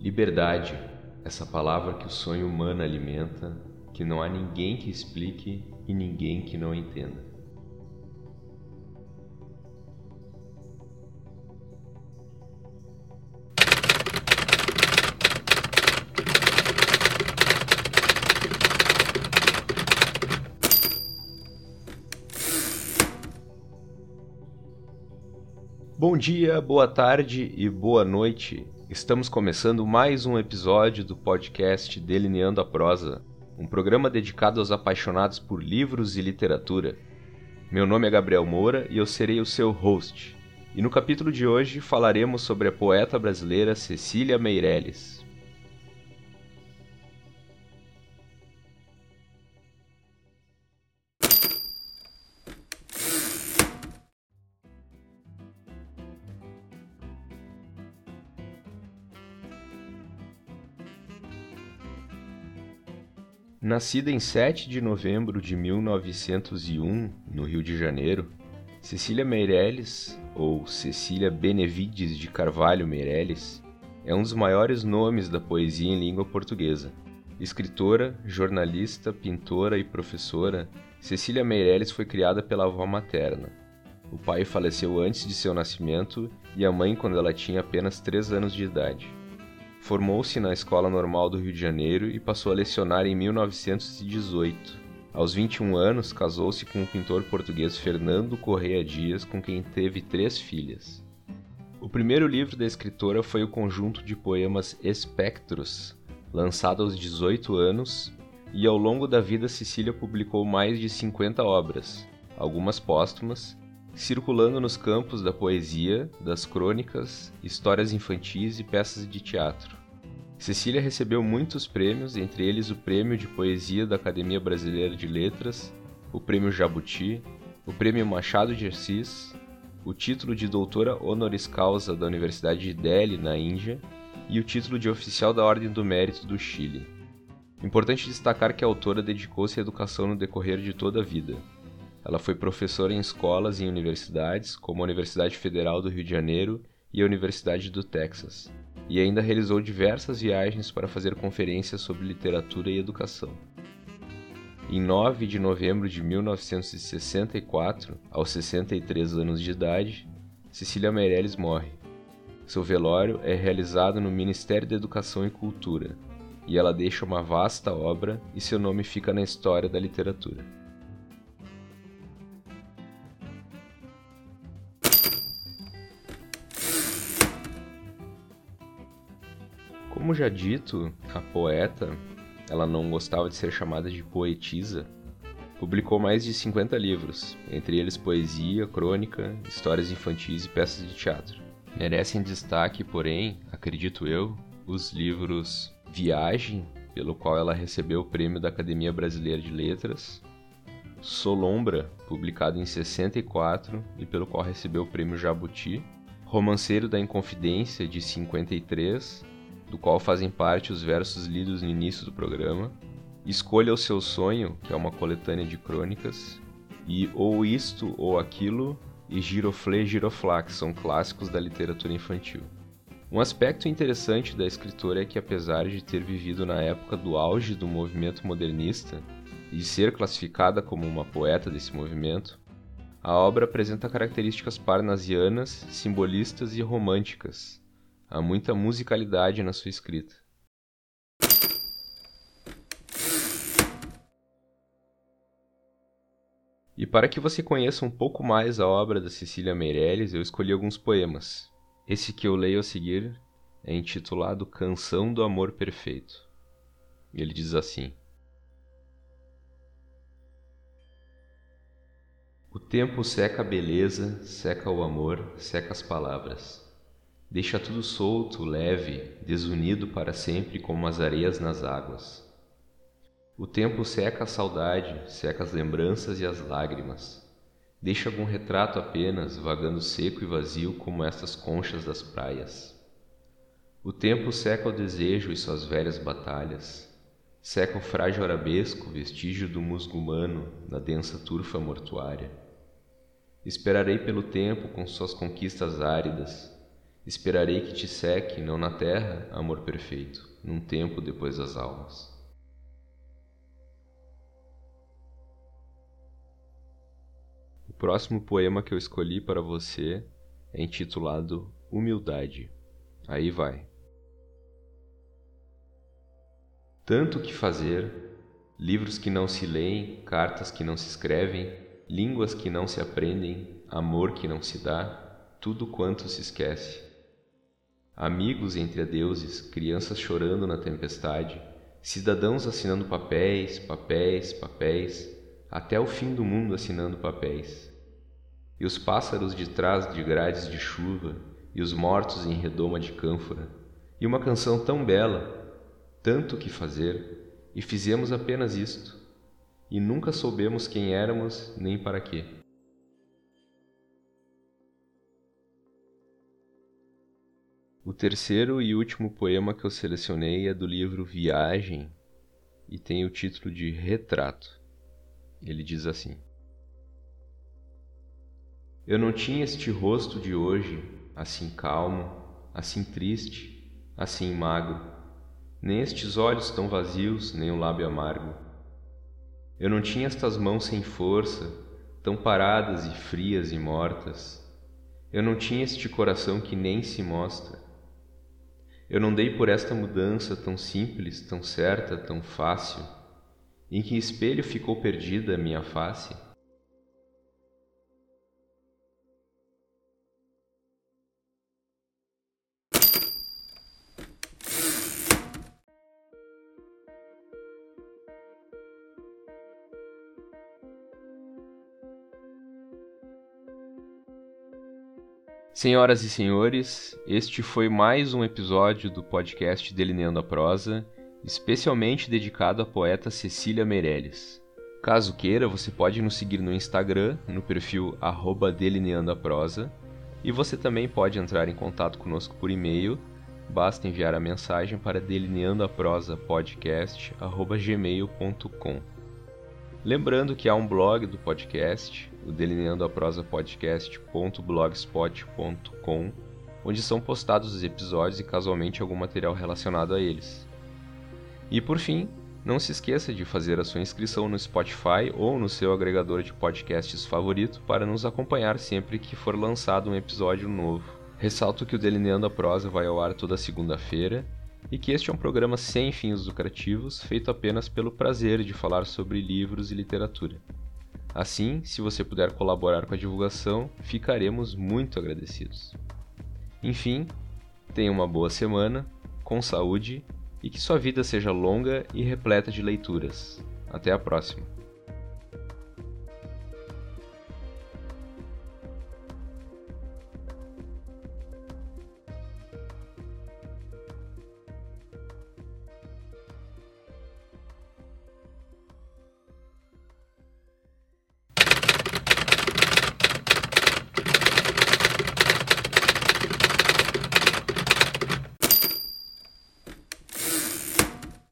Liberdade, essa palavra que o sonho humano alimenta, que não há ninguém que explique e ninguém que não entenda. Bom dia, boa tarde e boa noite. Estamos começando mais um episódio do podcast Delineando a Prosa, um programa dedicado aos apaixonados por livros e literatura. Meu nome é Gabriel Moura e eu serei o seu host. E no capítulo de hoje falaremos sobre a poeta brasileira Cecília Meirelles. Nascida em 7 de novembro de 1901, no Rio de Janeiro, Cecília Meirelles, ou Cecília Benevides de Carvalho Meirelles, é um dos maiores nomes da poesia em língua portuguesa. Escritora, jornalista, pintora e professora, Cecília Meirelles foi criada pela avó materna. O pai faleceu antes de seu nascimento e a mãe quando ela tinha apenas 3 anos de idade. Formou-se na Escola Normal do Rio de Janeiro e passou a lecionar em 1918. Aos 21 anos, casou-se com o pintor português Fernando Correia Dias, com quem teve 3 filhas. O primeiro livro da escritora foi o conjunto de poemas Espectros, lançado aos 18 anos, e ao longo da vida Cecília publicou mais de 50 obras, algumas póstumas, circulando nos campos da poesia, das crônicas, histórias infantis e peças de teatro. Cecília recebeu muitos prêmios, entre eles o Prêmio de Poesia da Academia Brasileira de Letras, o Prêmio Jabuti, o Prêmio Machado de Assis, o título de doutora honoris causa da Universidade de Delhi, na Índia, e o título de oficial da Ordem do Mérito do Chile. Importante destacar que a autora dedicou-se à educação no decorrer de toda a vida. Ela foi professora em escolas e em universidades, como a Universidade Federal do Rio de Janeiro e a Universidade do Texas, e ainda realizou diversas viagens para fazer conferências sobre literatura e educação. Em 9 de novembro de 1964, aos 63 anos de idade, Cecília Meirelles morre. Seu velório é realizado no Ministério da Educação e Cultura, e ela deixa uma vasta obra e seu nome fica na história da literatura. Como já dito, a poeta, ela não gostava de ser chamada de poetisa, publicou mais de 50 livros, entre eles poesia, crônica, histórias infantis e peças de teatro. Merecem destaque, porém, acredito eu, os livros Viagem, pelo qual ela recebeu o Prêmio da Academia Brasileira de Letras, Solombra, publicado em 64 e pelo qual recebeu o Prêmio Jabuti, Romanceiro da Inconfidência, de 53, do qual fazem parte os versos lidos no início do programa, Escolha o Seu Sonho, que é uma coletânea de crônicas, e Ou Isto ou Aquilo e Giroflé Giroflá, que são clássicos da literatura infantil. Um aspecto interessante da escritora é que, apesar de ter vivido na época do auge do movimento modernista e de ser classificada como uma poeta desse movimento, a obra apresenta características parnasianas, simbolistas e românticas. Há muita musicalidade na sua escrita. E para que você conheça um pouco mais a obra da Cecília Meirelles, eu escolhi alguns poemas. Esse que eu leio a seguir é intitulado Canção do Amor Perfeito. Ele diz assim: O tempo seca a beleza, seca o amor, seca as palavras. Deixa tudo solto, leve, desunido para sempre como as areias nas águas. O tempo seca a saudade, seca as lembranças e as lágrimas. Deixa algum retrato apenas, vagando seco e vazio como estas conchas das praias. O tempo seca o desejo e suas velhas batalhas. Seca o frágil arabesco, vestígio do musgo humano na densa turfa mortuária. Esperarei pelo tempo com suas conquistas áridas, Esperarei que te seque, não na terra, amor perfeito, num tempo depois das almas. O próximo poema que eu escolhi para você é intitulado Humildade. Aí vai. Tanto o que fazer, livros que não se leem, cartas que não se escrevem, línguas que não se aprendem, amor que não se dá, tudo quanto se esquece. Amigos entre adeuses, crianças chorando na tempestade, cidadãos assinando papéis, papéis, papéis, até o fim do mundo assinando papéis. E os pássaros de trás de grades de chuva, e os mortos em redoma de cânfora, e uma canção tão bela, tanto que fazer, e fizemos apenas isto, e nunca soubemos quem éramos nem para quê. O terceiro e último poema que eu selecionei é do livro Viagem e tem o título de Retrato. Ele diz assim: Eu não tinha este rosto de hoje, assim calmo, assim triste, assim magro, nem estes olhos tão vazios, nem o lábio amargo. Eu não tinha estas mãos sem força, tão paradas e frias e mortas. Eu não tinha este coração que nem se mostra. Eu não dei por esta mudança tão simples, tão certa, tão fácil. Em que espelho ficou perdida a minha face? Senhoras e senhores, este foi mais um episódio do podcast Delineando a Prosa, especialmente dedicado à poeta Cecília Meirelles. Caso queira, você pode nos seguir no Instagram, no perfil @delineandoaprosa, e você também pode entrar em contato conosco por e-mail, basta enviar a mensagem para delineandoaprosapodcast@gmail.com. Lembrando que há um blog do podcast, o delineandoaprosapodcast.blogspot.com, onde são postados os episódios e casualmente algum material relacionado a eles. E por fim, não se esqueça de fazer a sua inscrição no Spotify ou no seu agregador de podcasts favorito para nos acompanhar sempre que for lançado um episódio novo. Ressalto que o Delineando a Prosa vai ao ar toda segunda-feira, e que este é um programa sem fins lucrativos, feito apenas pelo prazer de falar sobre livros e literatura. Assim, se você puder colaborar com a divulgação, ficaremos muito agradecidos. Enfim, tenha uma boa semana, com saúde, e que sua vida seja longa e repleta de leituras. Até a próxima!